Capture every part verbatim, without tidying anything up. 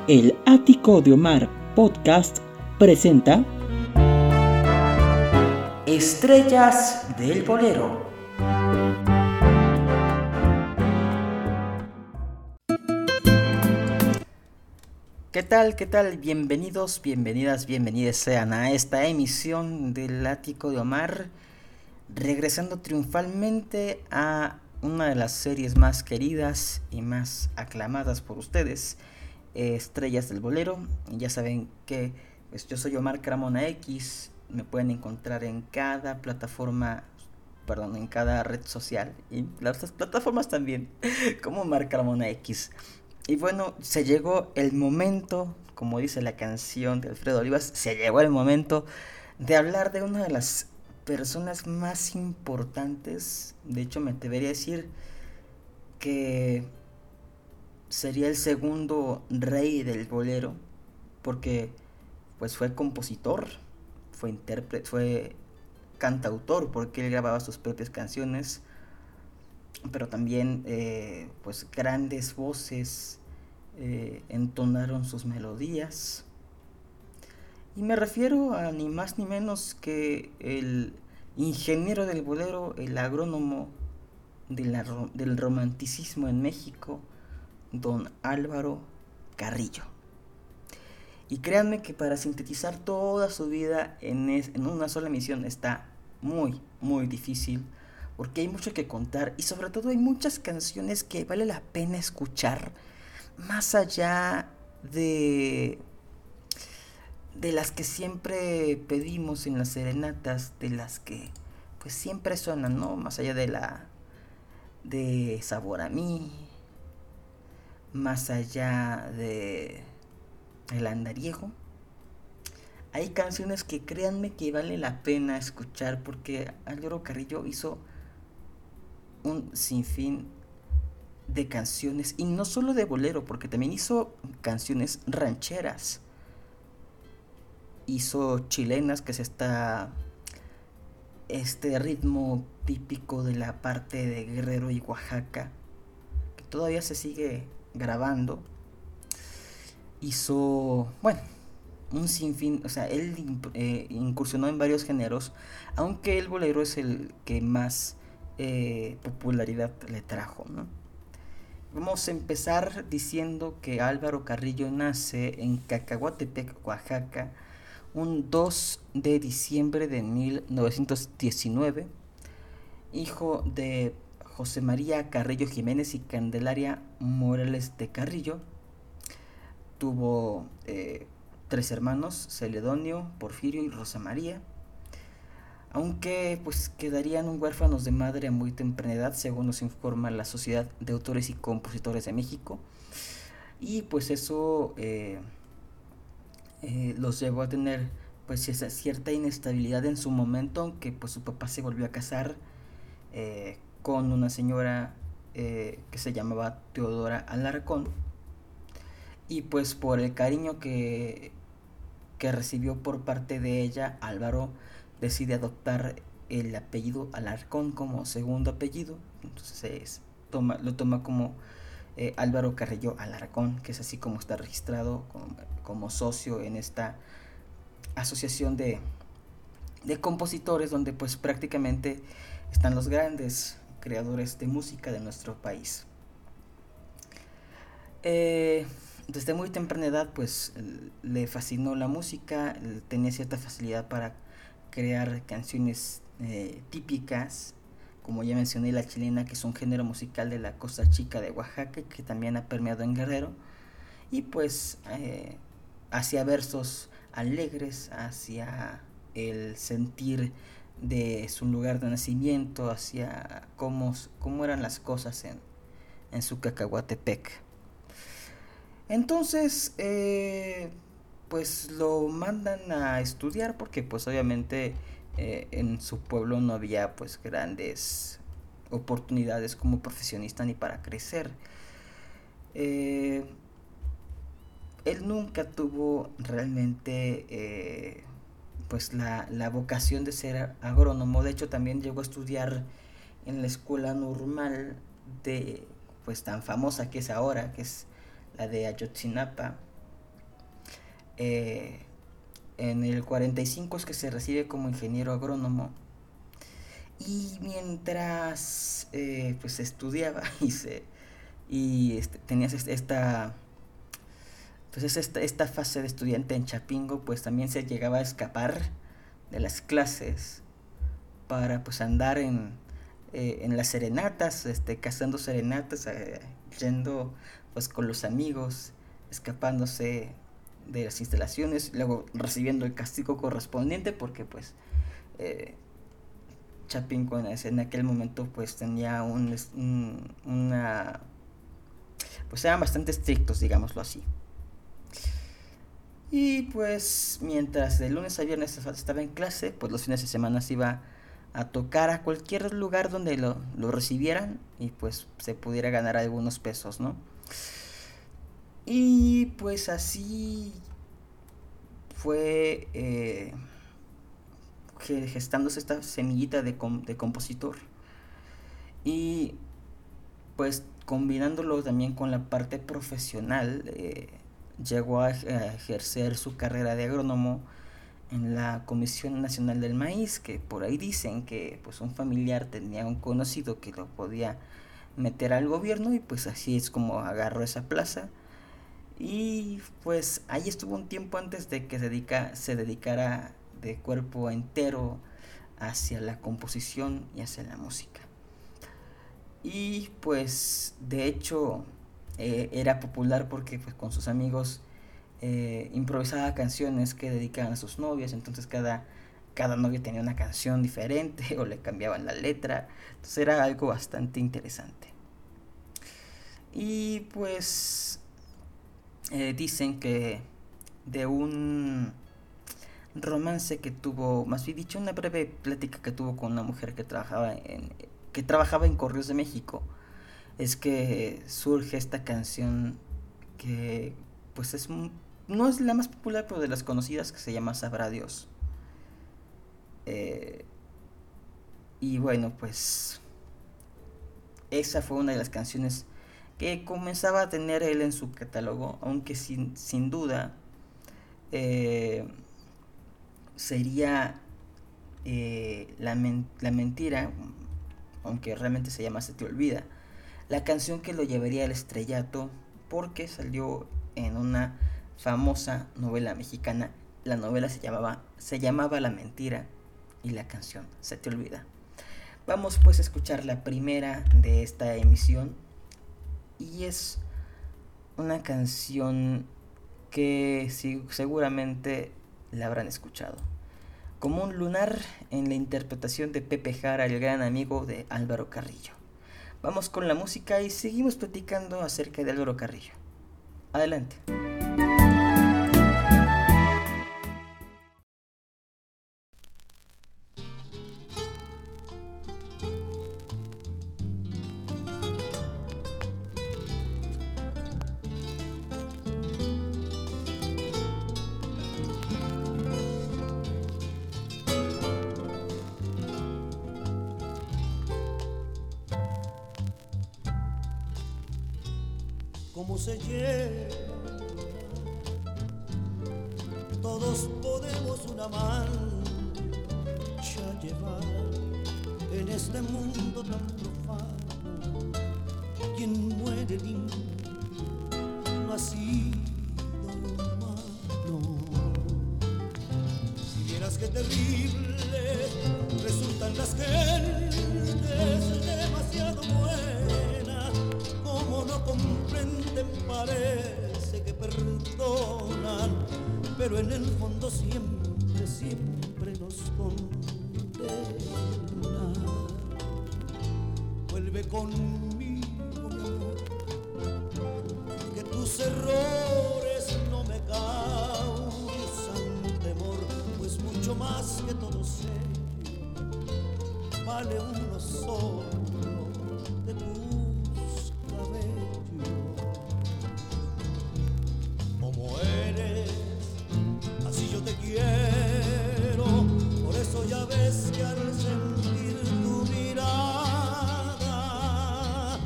El Ático de Omar Podcast presenta Estrellas del Bolero. ¿Qué tal? ¿Qué tal? Bienvenidos, bienvenidas, bienvenidas sean a esta emisión del Ático de Omar, regresando triunfalmente a una de las series más queridas y más aclamadas por ustedes, Estrellas del Bolero. Y ya saben que pues, yo soy Omar Carmona X, me pueden encontrar en cada plataforma, perdón, en cada red social y las plataformas también, como Omar Carmona X. Y bueno, se llegó el momento, como dice la canción de Alfredo Olivas, se llegó el momento de hablar de una de las personas más importantes. De hecho, me debería decir que sería el segundo rey del bolero, porque pues fue compositor, fue intérprete, fue cantautor, porque él grababa sus propias canciones, pero también eh, pues grandes voces eh, entonaron sus melodías. Y me refiero a ni más ni menos que el ingeniero del bolero, el agrónomo de la, del romanticismo en México, don Álvaro Carrillo. Y créanme que para sintetizar toda su vida en, es, en una sola emisión está muy, muy difícil, porque hay mucho que contar y sobre todo hay muchas canciones que vale la pena escuchar, más allá de, de las que siempre pedimos en las serenatas, de las que pues siempre suenan, ¿no? Más allá de la de Sabor a mí, más allá de El Andariego. Hay canciones que créanme que vale la pena escuchar, porque Álvaro Carrillo hizo un sinfín de canciones, y no solo de bolero, porque también hizo canciones rancheras, hizo chilenas, que es esta este ritmo típico de la parte de Guerrero y Oaxaca, que todavía se sigue grabando. Hizo, bueno, un sinfín, o sea, él eh, incursionó en varios géneros, aunque el bolero es el que más eh, popularidad le trajo, ¿no? Vamos a empezar diciendo que Álvaro Carrillo nace en Cacahuatepec, Oaxaca, un dos de diciembre de mil novecientos diecinueve, hijo de José María Carrillo Jiménez y Candelaria Morales de Carrillo. Tuvo eh, tres hermanos, Celedonio, Porfirio y Rosa María, aunque pues quedarían huérfanos de madre a muy temprana edad, según nos informa la Sociedad de Autores y Compositores de México. Y pues eso eh, eh, los llevó a tener pues esa cierta inestabilidad en su momento, aunque pues su papá se volvió a casar eh, con una señora eh, que se llamaba Teodora Alarcón, y pues por el cariño que, que recibió por parte de ella, Álvaro decide adoptar el apellido Alarcón como segundo apellido. Entonces toma, lo toma como eh, Álvaro Carrillo Alarcón, que es así como está registrado como, como socio en esta asociación de, de compositores, donde pues prácticamente están los grandes creadores de música de nuestro país. Eh, desde muy temprana edad pues le fascinó la música, tenía cierta facilidad para crear canciones eh, típicas, como ya mencioné, la chilena, que es un género musical de la Costa Chica de Oaxaca, que también ha permeado en Guerrero, y pues eh, hacia versos alegres, hacia el sentir de su lugar de nacimiento, hacia cómo, cómo eran las cosas en, en su Cacahuatepec. Entonces, eh, pues lo mandan a estudiar, porque pues obviamente eh, en su pueblo no había pues grandes oportunidades como profesionista ni para crecer. Eh, él nunca tuvo realmente eh, pues la, la vocación de ser agrónomo. De hecho, también llegó a estudiar en la escuela normal de pues tan famosa que es ahora, que es la de Ayotzinapa, Eh, en el cuarenta y cinco es que se recibe como ingeniero agrónomo. Y mientras eh, pues estudiaba y se y este, tenías esta pues esta, esta fase de estudiante en Chapingo, pues también se llegaba a escapar de las clases para pues andar en, eh, en las serenatas, este, cazando serenatas, eh, yendo pues con los amigos, escapándose de las instalaciones, luego recibiendo el castigo correspondiente porque pues eh, Chapingo en, en aquel momento pues tenía un, un, una pues eran bastante estrictos, digámoslo así. Y pues mientras de lunes a viernes estaba en clase, pues los fines de semana se iba a tocar a cualquier lugar donde lo, lo recibieran y pues se pudiera ganar algunos pesos, ¿no? Y pues así fue eh, gestándose esta semillita de, com de compositor. Y pues combinándolo también con la parte profesional, eh, llegó a, a ejercer su carrera de agrónomo en la Comisión Nacional del Maíz, que por ahí dicen que pues un familiar tenía un conocido que lo podía meter al gobierno y pues así es como agarró esa plaza. Y pues ahí estuvo un tiempo antes de que se, dedica, se dedicara de cuerpo entero hacia la composición y hacia la música. Y pues de hecho eh, era popular porque pues con sus amigos eh, improvisaba canciones que dedicaban a sus novias, entonces cada, cada novio tenía una canción diferente o le cambiaban la letra, entonces era algo bastante interesante. Y pues eh, dicen que de un romance que tuvo, más bien dicho, una breve plática que tuvo con una mujer que trabajaba en, que trabajaba en Correos de México, es que surge esta canción que pues es no es la más popular, pero de las conocidas, que se llama Sabrá Dios. Eh, y bueno, pues esa fue una de las canciones que comenzaba a tener él en su catálogo, aunque sin, sin duda eh, sería eh, la, men la mentira, aunque realmente se llama Se te olvida, la canción que lo llevaría al estrellato porque salió en una famosa novela mexicana. La novela se llamaba, se llamaba La Mentira y la canción Se te olvida. Vamos pues a escuchar la primera de esta emisión y es una canción que sí, seguramente la habrán escuchado. Como un lunar, en la interpretación de Pepe Jara, el gran amigo de Álvaro Carrillo. Vamos con la música y seguimos platicando acerca de Álvaro Carrillo. Adelante. Cómo se lleva, todos podemos una mancha llevar en este mundo tan profano. Quien muere limpio no ha sido humano. Si vieras qué terrible resultan las gentes demasiado buenas, como no comprenden, parece que perdonan, pero en el fondo siempre, siempre nos condenan. Vuelve conmigo, mi amor, que tus errores no me causan temor, pues mucho más que todos ellos vale uno solo de tus cabellos. Como eres, así yo te quiero, por eso ya ves que al sentir tu mirada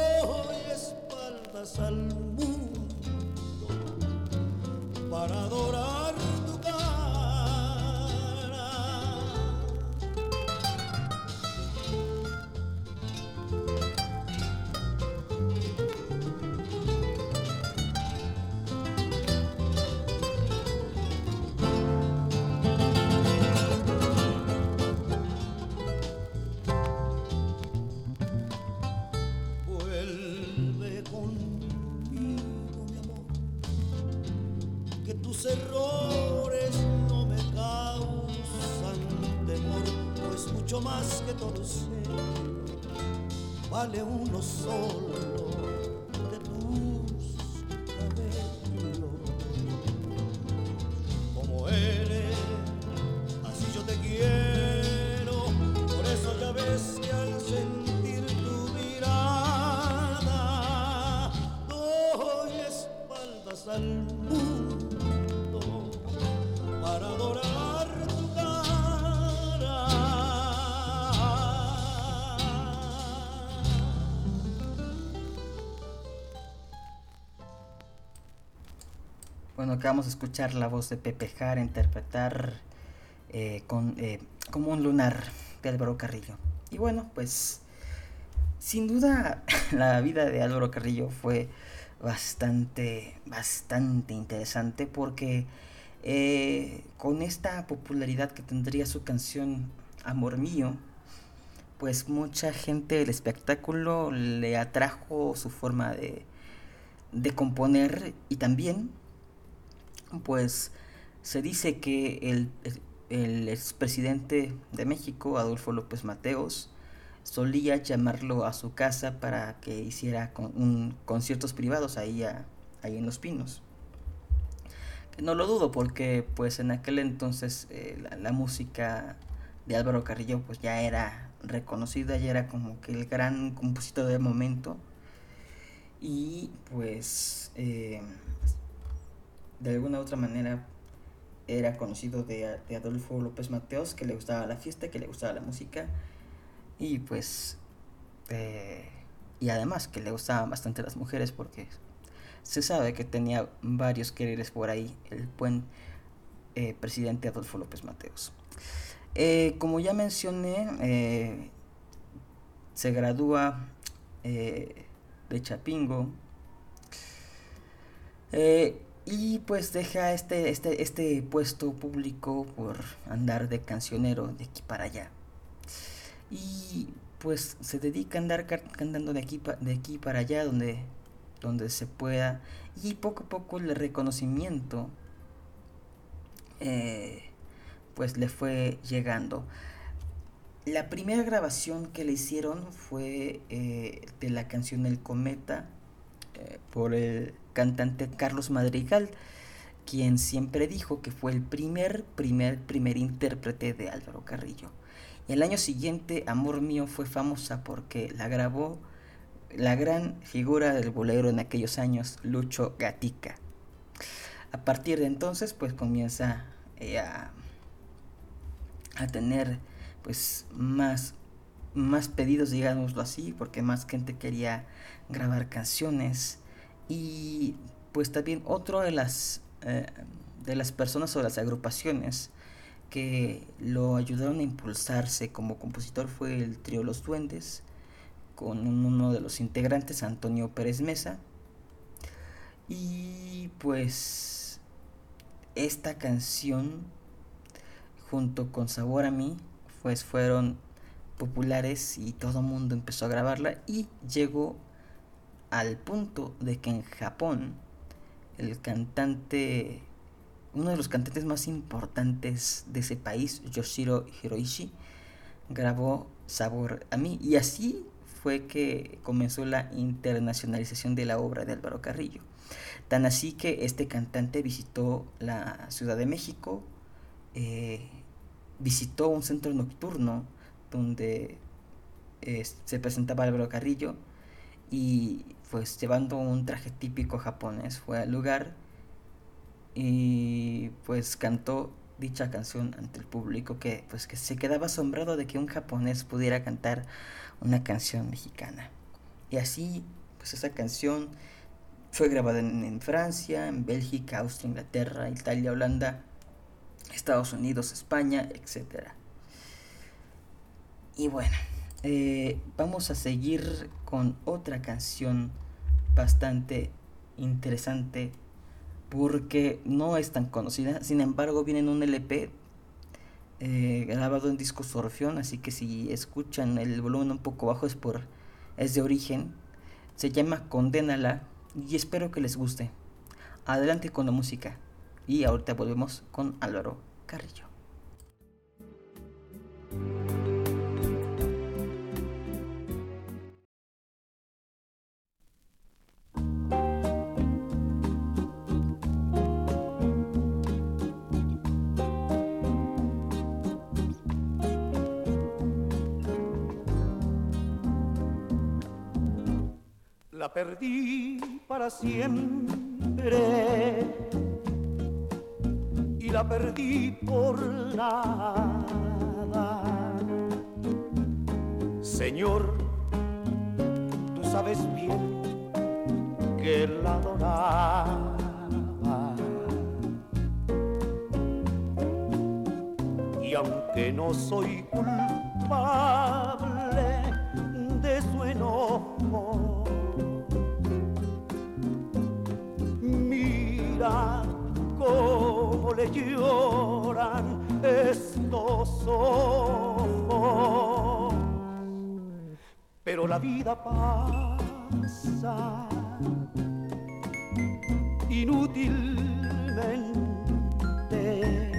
doy espaldas al mundo para adorar conmigo, mi amor, que tus errores no me causan temor, pues mucho más que todo ser vale uno solo de tus cabellos. Como eres, así yo te quiero, por eso ya ves que al sentir tu mirada doy espaldas al mundo para adorar tu cara. Bueno, acabamos de escuchar la voz de Pepe Jara interpretar eh, con, eh, como un lunar de Álvaro Carrillo. Y bueno, pues sin duda la vida de Álvaro Carrillo fue bastante, bastante interesante porque eh, con esta popularidad que tendría su canción Amor Mío, pues mucha gente del espectáculo le atrajo su forma de, de componer y también pues se dice que el, el expresidente de México, Adolfo López Mateos, solía llamarlo a su casa para que hiciera con, un, conciertos privados ahí, a, ahí en Los Pinos. No lo dudo porque pues en aquel entonces eh, la, la música de Álvaro Carrillo pues ya era reconocida, ya era como que el gran compositor del momento y pues eh, de alguna u otra manera era conocido de, de Adolfo López Mateos, que le gustaba la fiesta, que le gustaba la música y pues eh, y además que le gustaban bastante las mujeres porque se sabe que tenía varios quereres por ahí el buen eh, presidente Adolfo López Mateos. Eh, como ya mencioné, eh, se gradúa eh, de Chapingo eh, y pues deja este, este, este puesto público por andar de cancionero de aquí para allá. Y pues se dedica a andar cantando de aquí, pa, de aquí para allá donde, donde se pueda. Y poco a poco el reconocimiento eh, pues le fue llegando. La primera grabación que le hicieron fue eh, de la canción El Cometa eh, por el cantante Carlos Madrigal, quien siempre dijo que fue el primer, primer, primer intérprete de Álvaro Carrillo. Y el año siguiente, Amor Mío fue famosa porque la grabó la gran figura del bolero en aquellos años, Lucho Gatica. A partir de entonces, pues comienza eh, a, a tener pues más, más pedidos, digámoslo así, porque más gente quería grabar canciones. Y pues también otro de las, eh, de las personas o las agrupaciones que lo ayudaron a impulsarse como compositor fue el trío Los Duendes, con uno de los integrantes, Antonio Pérez Mesa. Y pues esta canción junto con Sabor a mí pues fueron populares y todo el mundo empezó a grabarla y llegó al punto de que en Japón el cantante, uno de los cantantes más importantes de ese país, Yoshiro Hiroishi, grabó Sabor a mí y así fue que comenzó la internacionalización de la obra de Álvaro Carrillo. Tan así que este cantante visitó la Ciudad de México, eh, visitó un centro nocturno donde eh, se presentaba Álvaro Carrillo y pues llevando un traje típico japonés fue al lugar y pues cantó dicha canción ante el público que pues que se quedaba asombrado de que un japonés pudiera cantar una canción mexicana. Y así pues esa canción fue grabada en, en Francia, en Bélgica, Austria, Inglaterra, Italia, Holanda, Estados Unidos, España, etcétera. Y bueno, eh, vamos a seguir con otra canción bastante interesante porque no es tan conocida, sin embargo viene en un L P eh, grabado en disco Orfeón, así que si escuchan el volumen un poco bajo es por es de origen. Se llama Condénala y espero que les guste. Adelante con la música y ahorita volvemos con Álvaro Carrillo. La perdí para siempre y la perdí por nada. Señor, tú sabes bien que la adoraba y aunque no soy culpable de su enojo, mira cómo le lloran estos ojos. Pero la vida pasa inútilmente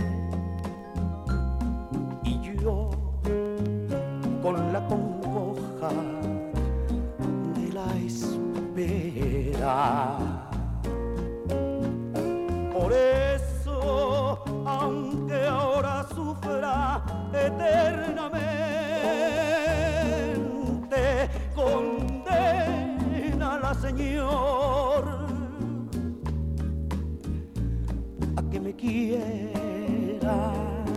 y yo con la congoja de la espera. Por eso, aunque ahora sufra eternamente, condénala, Señor, a que me quiera.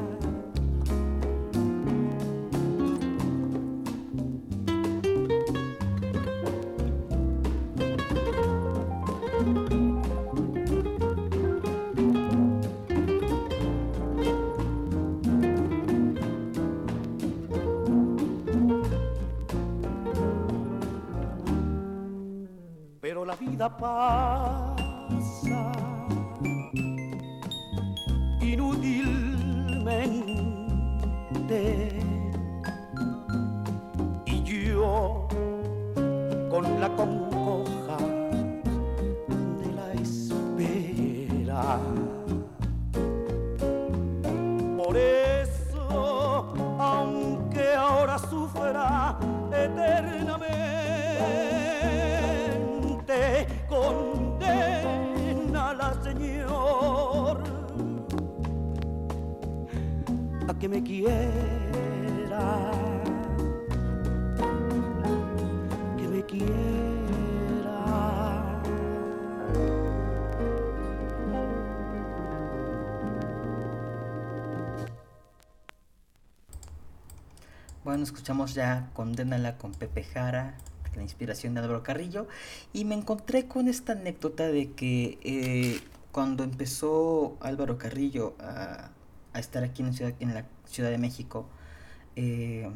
Pero la vida pasa inútilmente y yo con la congoja de la espera. Por eso, aunque ahora sufra eternamente, condénala, Señor, a que me quiera, que me quiera. Bueno, escuchamos ya Condénala con Pepe Jara, la inspiración de Álvaro Carrillo, y me encontré con esta anécdota de que eh, cuando empezó Álvaro Carrillo a, a estar aquí en la Ciudad, en la Ciudad de México, eh,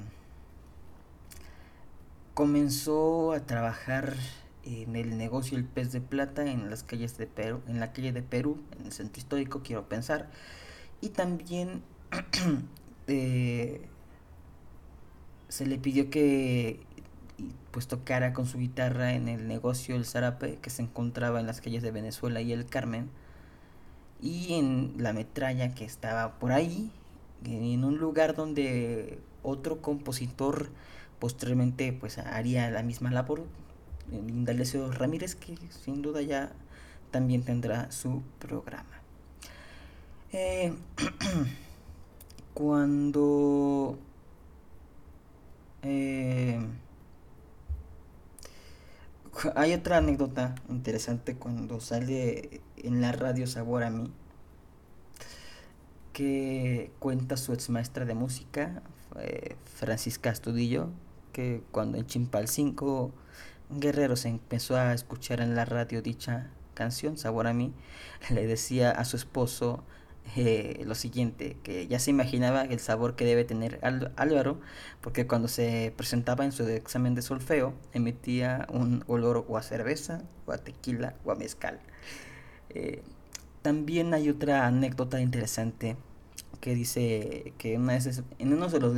comenzó a trabajar en el negocio El Pez de Plata en las calles de Perú, en la calle de Perú, en el centro histórico, quiero pensar, y también eh, se le pidió que pues tocara con su guitarra en el negocio El Zarape, que se encontraba en las calles de Venezuela y El Carmen, y en La Metralla, que estaba por ahí, en un lugar donde otro compositor posteriormente pues haría la misma labor, Indalecio Ramírez, que sin duda ya también tendrá su programa. Eh, cuando eh, hay otra anécdota interesante cuando sale en la radio Sabor a mí, que cuenta su ex maestra de música, eh, Francisca Astudillo, que cuando en Chimpalcinco Guerrero se empezó a escuchar en la radio dicha canción, Sabor a mí, le decía a su esposo eh, lo siguiente, que ya se imaginaba el sabor que debe tener Álvaro, porque cuando se presentaba en su examen de solfeo emitía un olor o a cerveza, o a tequila, o a mezcal. Eh, también hay otra anécdota interesante que dice que una vez en uno de los grados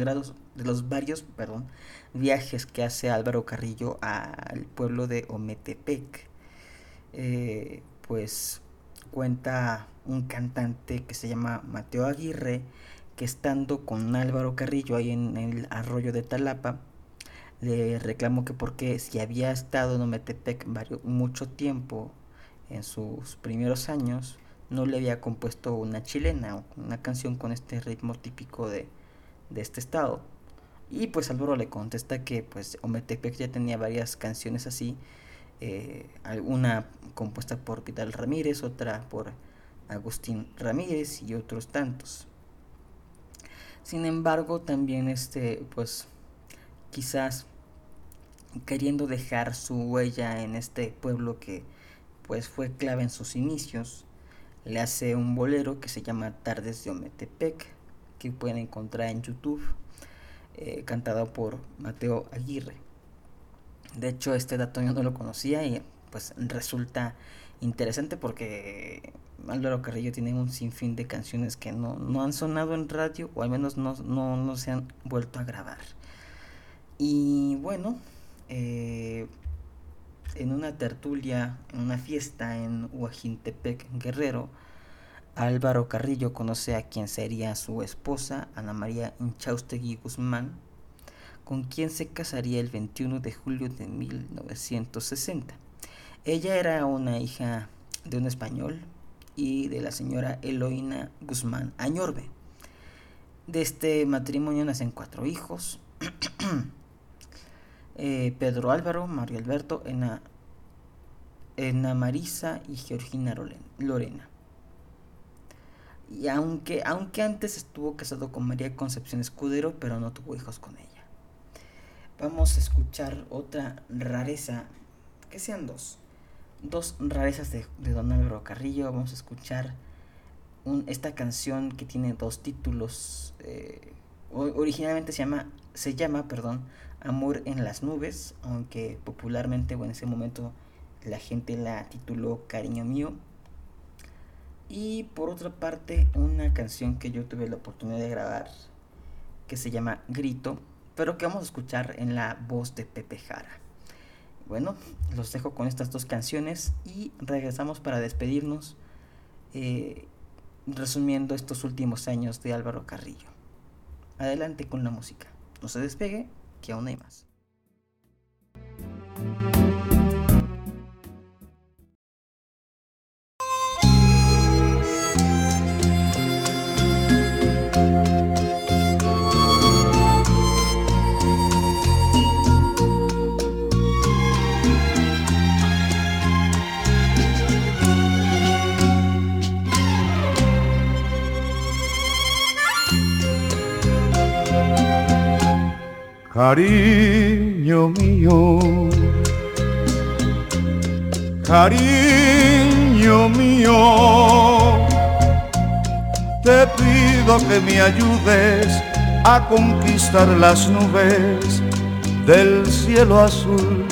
de los varios, perdón, viajes que hace Álvaro Carrillo al pueblo de Ometepec. Eh, pues cuenta un cantante que se llama Mateo Aguirre que estando con Álvaro Carrillo ahí en el arroyo de Talapa, le reclamó que porque si había estado en Ometepec varios, mucho tiempo en sus primeros años, no le había compuesto una chilena, una canción con este ritmo típico de, de este estado. Y pues Álvaro le contesta que pues Ometepec ya tenía varias canciones así, eh, una compuesta por Vidal Ramírez, otra por Agustín Ramírez y otros tantos. Sin embargo, también este, pues quizás queriendo dejar su huella en este pueblo que pues fue clave en sus inicios, le hace un bolero que se llama Tardes de Ometepec, que pueden encontrar en YouTube, eh, cantado por Mateo Aguirre. De hecho, este dato yo no lo conocía y pues resulta interesante porque Álvaro Carrillo tiene un sinfín de canciones que no, no han sonado en radio, o al menos no, no, no se han vuelto a grabar. Y bueno, eh, en una tertulia, en una fiesta en Huajintepec, Guerrero, Álvaro Carrillo conoce a quien sería su esposa, Ana María Inchaustegui Guzmán, con quien se casaría el veintiuno de julio de mil novecientos sesenta. Ella era una hija de un español y de la señora Eloína Guzmán Añorbe. De este matrimonio nacen cuatro hijos. eh, Pedro Álvaro, Mario Alberto, Ena, Ena Marisa y Georgina Lorena. Y aunque, aunque antes estuvo casado con María Concepción Escudero, pero no tuvo hijos con ella. Vamos a escuchar otra rareza, que sean dos, dos rarezas de, de don Álvaro Carrillo. Vamos a escuchar un, esta canción que tiene dos títulos. Eh, originalmente se llama, se llama, perdón, Amor en las Nubes, aunque popularmente o en ese momento la gente la tituló Cariño Mío. Y por otra parte, una canción que yo tuve la oportunidad de grabar, que se llama Grito, pero que vamos a escuchar en la voz de Pepe Jara. Bueno, los dejo con estas dos canciones y regresamos para despedirnos, eh, resumiendo estos últimos años de Álvaro Carrillo. Adelante con la música. No se despegue, que aún hay más. Cariño mío, cariño mío, te pido que me ayudes a conquistar las nubes del cielo azul.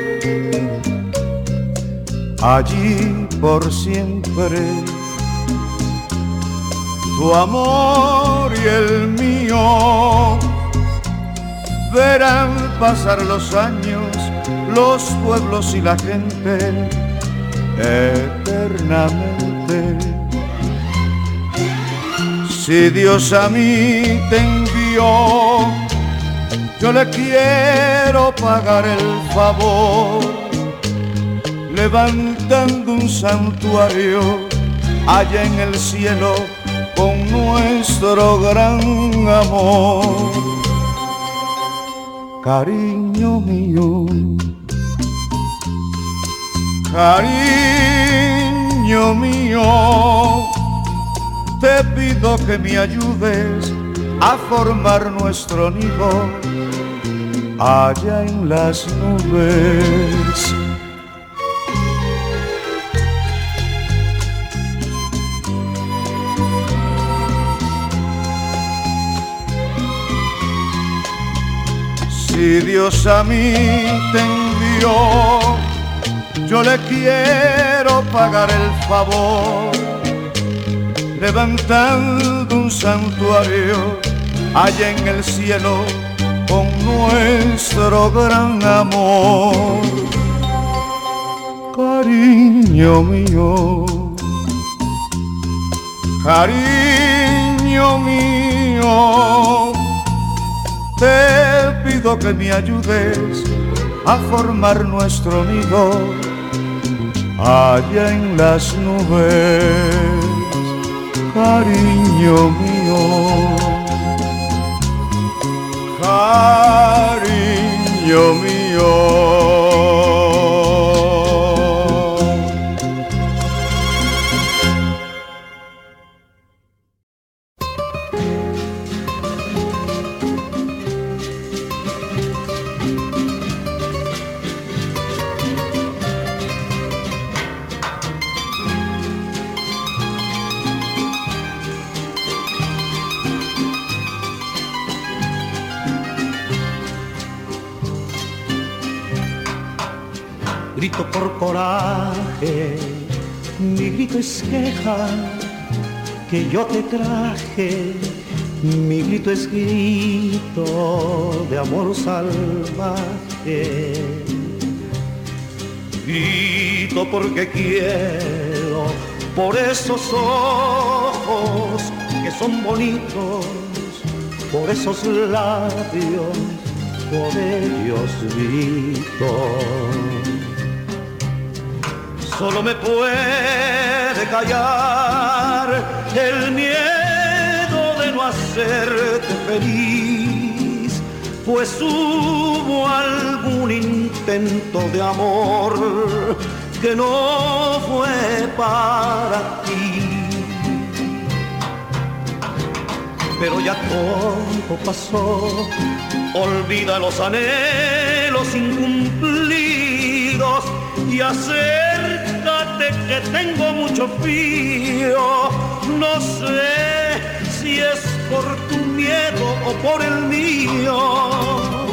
Allí por siempre, tu amor y el mío verán pasar los años, los pueblos y la gente eternamente. Si Dios a mí te envió, yo le quiero pagar el favor, levantando un santuario allá en el cielo con nuestro gran amor. Cariño mío, cariño mío, te pido que me ayudes a formar nuestro nido allá en las nubes. Si Dios a mí te envió, yo le quiero pagar el favor, levantando un santuario allá en el cielo con nuestro gran amor. Cariño mío, cariño mío, te pido que me ayudes a formar nuestro nido allá en las nubes. Cariño mío, cariño mío. Grito por coraje, mi grito es queja, que yo te traje, mi grito es grito de amor salvaje. Grito porque quiero, por esos ojos que son bonitos, por esos labios, por ellos grito. Solo me puede callar el miedo de no hacerte feliz, pues hubo algún intento de amor que no fue para ti. Pero ya todo pasó, olvida los anhelos incumplidos y acércate que tengo mucho frío. No sé si es por tu miedo o por el mío.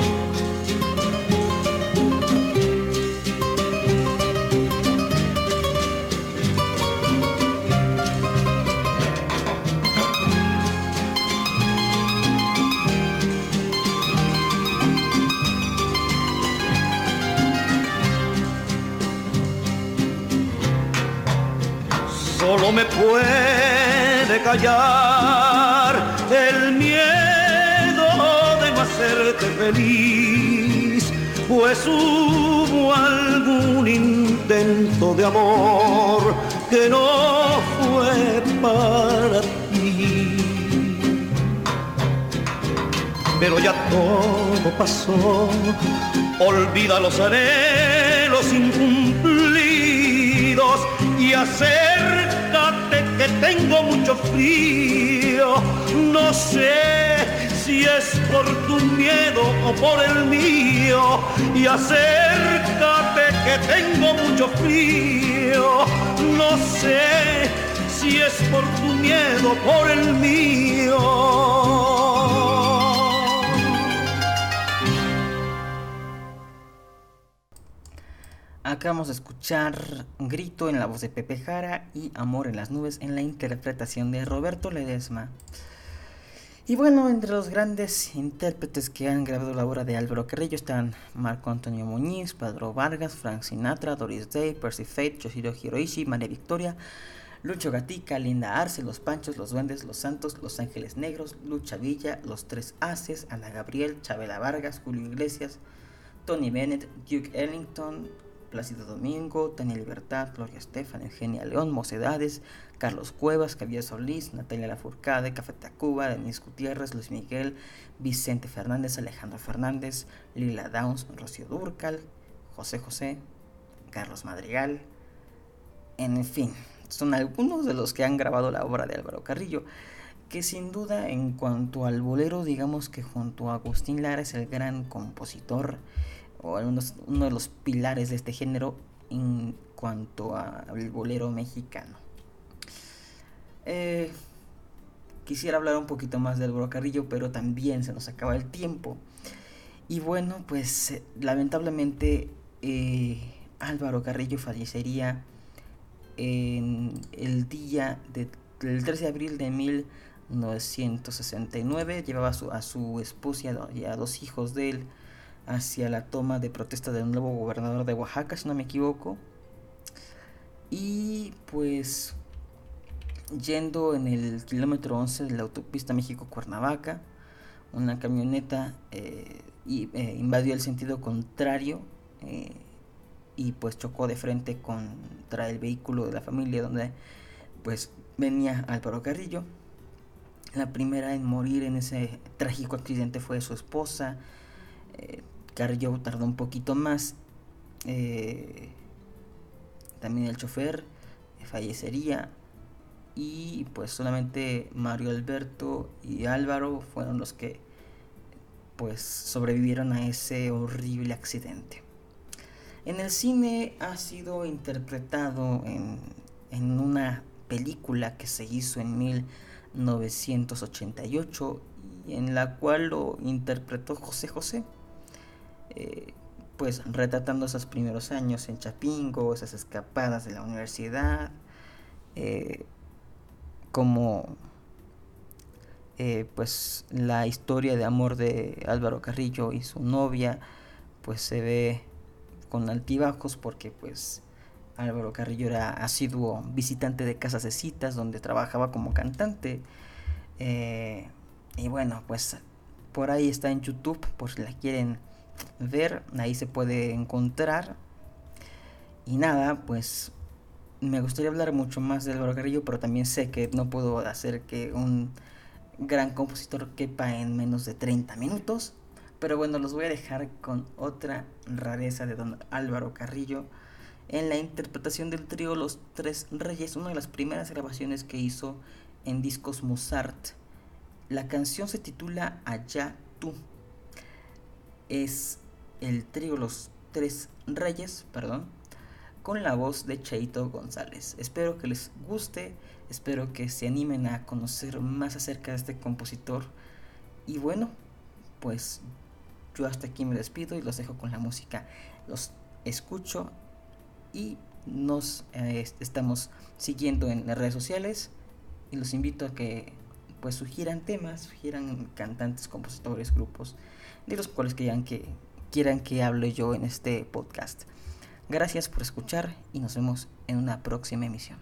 Solo me puede callar el miedo de no hacerte feliz, pues hubo algún intento de amor que no fue para ti. Pero ya todo pasó, olvida los anhelos incumplidos y acércate que tengo mucho frío. No sé si es por tu miedo o por el mío. Y acércate que tengo mucho frío. No sé si es por tu miedo o por el mío. Acabamos de escuchar Grito en la voz de Pepe Jara y Amor en las nubes en la interpretación de Roberto Ledesma. Y bueno, entre los grandes intérpretes que han grabado la obra de Álvaro Carrillo están Marco Antonio Muñiz, Pedro Vargas, Frank Sinatra, Doris Day, Percy Faith, Yoshiro Hiroishi, María Victoria, Lucho Gatica, Linda Arce, Los Panchos, Los Duendes, Los Santos, Los Ángeles Negros, Lucha Villa, Los Tres Haces, Ana Gabriel, Chabela Vargas, Julio Iglesias, Tony Bennett, Duke Ellington, Plácido Domingo, Tania Libertad, Gloria Estefan, Eugenia León, Mocedades, Carlos Cuevas, Javier Solís, Natalia Lafourcade, Café Tacuba, Denise Gutiérrez, Luis Miguel, Vicente Fernández, Alejandro Fernández, Lila Downs, Rocío Dúrcal, José José, Carlos Madrigal, en fin, son algunos de los que han grabado la obra de Álvaro Carrillo, que sin duda en cuanto al bolero, digamos que junto a Agustín Lara es el gran compositor o uno, uno de los pilares de este género en cuanto al bolero mexicano. Eh, quisiera hablar un poquito más de Álvaro Carrillo, pero también se nos acaba el tiempo. Y bueno, pues eh, lamentablemente eh, Álvaro Carrillo fallecería en el día de, del trece de abril de mil mil novecientos sesenta y nueve. Llevaba a su, a su esposa y a dos hijos de él hacia la toma de protesta del nuevo gobernador de Oaxaca, si no me equivoco. Y pues yendo en el kilómetro once de la autopista México-Cuernavaca, una camioneta eh, y, eh, invadió el sentido contrario eh, y pues chocó de frente contra el vehículo de la familia donde pues venía Álvaro Carrillo. La primera en morir en ese trágico accidente fue su esposa. eh, Carrillo tardó un poquito más. eh, también el chofer fallecería y pues solamente Mario Alberto y Álvaro fueron los que pues sobrevivieron a ese horrible accidente. En el cine ha sido interpretado en, en una película que se hizo en mil novecientos ochenta y ocho y en la cual lo interpretó José José, eh, pues retratando esos primeros años en Chapingo, esas escapadas de la universidad, eh, como eh, pues la historia de amor de Álvaro Carrillo y su novia pues se ve con altibajos porque pues Álvaro Carrillo era asiduo visitante de casas de citas donde trabajaba como cantante, eh, y bueno, pues por ahí está en YouTube por si la quieren ver, ahí se puede encontrar. Y nada, pues me gustaría hablar mucho más de Álvaro Carrillo, pero también sé que no puedo hacer que un gran compositor quepa en menos de treinta minutos. Pero bueno, los voy a dejar con otra rareza de don Álvaro Carrillo en la interpretación del trío Los Tres Reyes, una de las primeras grabaciones que hizo en discos Mozart. La canción se titula Allá tú. Es el trío Los Tres Reyes, perdón, con la voz de Cheito González. Espero que les guste, espero que se animen a conocer más acerca de este compositor. Y bueno, pues yo hasta aquí me despido y los dejo con la música. Los escucho y nos eh, estamos siguiendo en las redes sociales y los invito a que pues sugieran temas, sugieran cantantes, compositores, grupos de los cuales quieran que, quieran que hable yo en este podcast. Gracias por escuchar y nos vemos en una próxima emisión.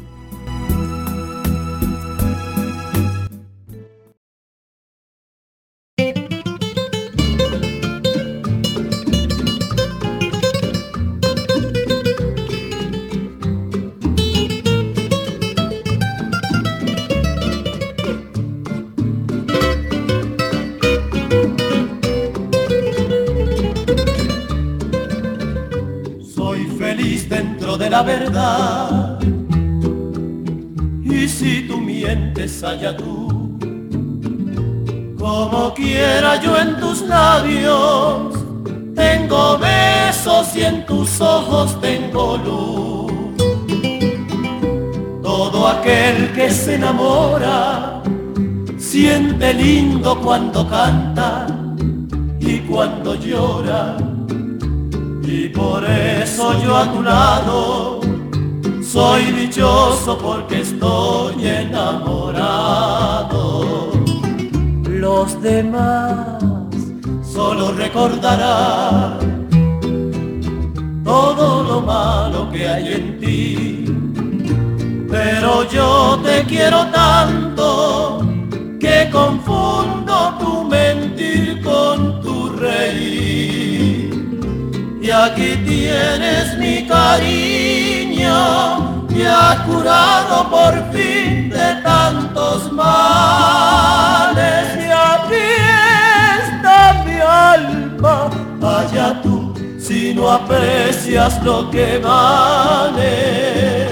De la verdad, y si tú mientes allá tú, como quiera yo en tus labios tengo besos y en tus ojos tengo luz. Todo aquel que se enamora siente lindo cuando canta y cuando llora. Y por eso yo a tu lado soy dichoso porque estoy enamorado. Los demás solo recordarán todo lo malo que hay en ti, pero yo te quiero tanto que confundo tu mentir con tu reír. Y aquí tienes mi cariño, ya curado por fin de tantos males. Y aquí está mi alma, allá tú, si no aprecias lo que vale.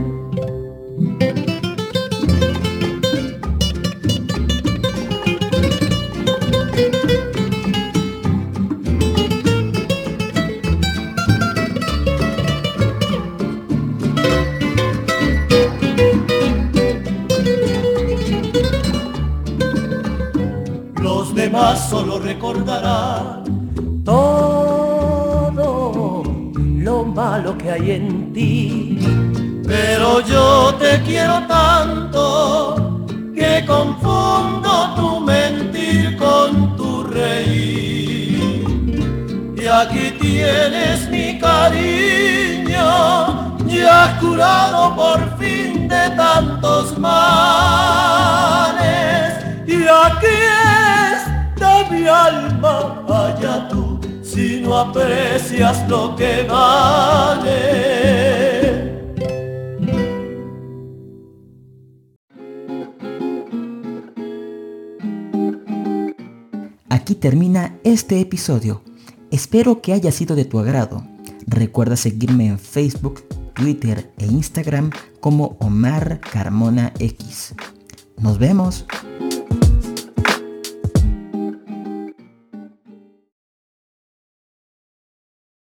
Solo recordarán todo lo malo que hay en ti, pero yo te quiero tanto que confundo tu mentir con tu reír. Y aquí tienes mi cariño, ya curado por fin de tantos males. Y aquí está mi alma, allá tú, si no aprecias lo que vale. Aquí termina este episodio. Espero que haya sido de tu agrado. Recuerda seguirme en Facebook, Twitter e Instagram como Omar Carmona X. Nos vemos.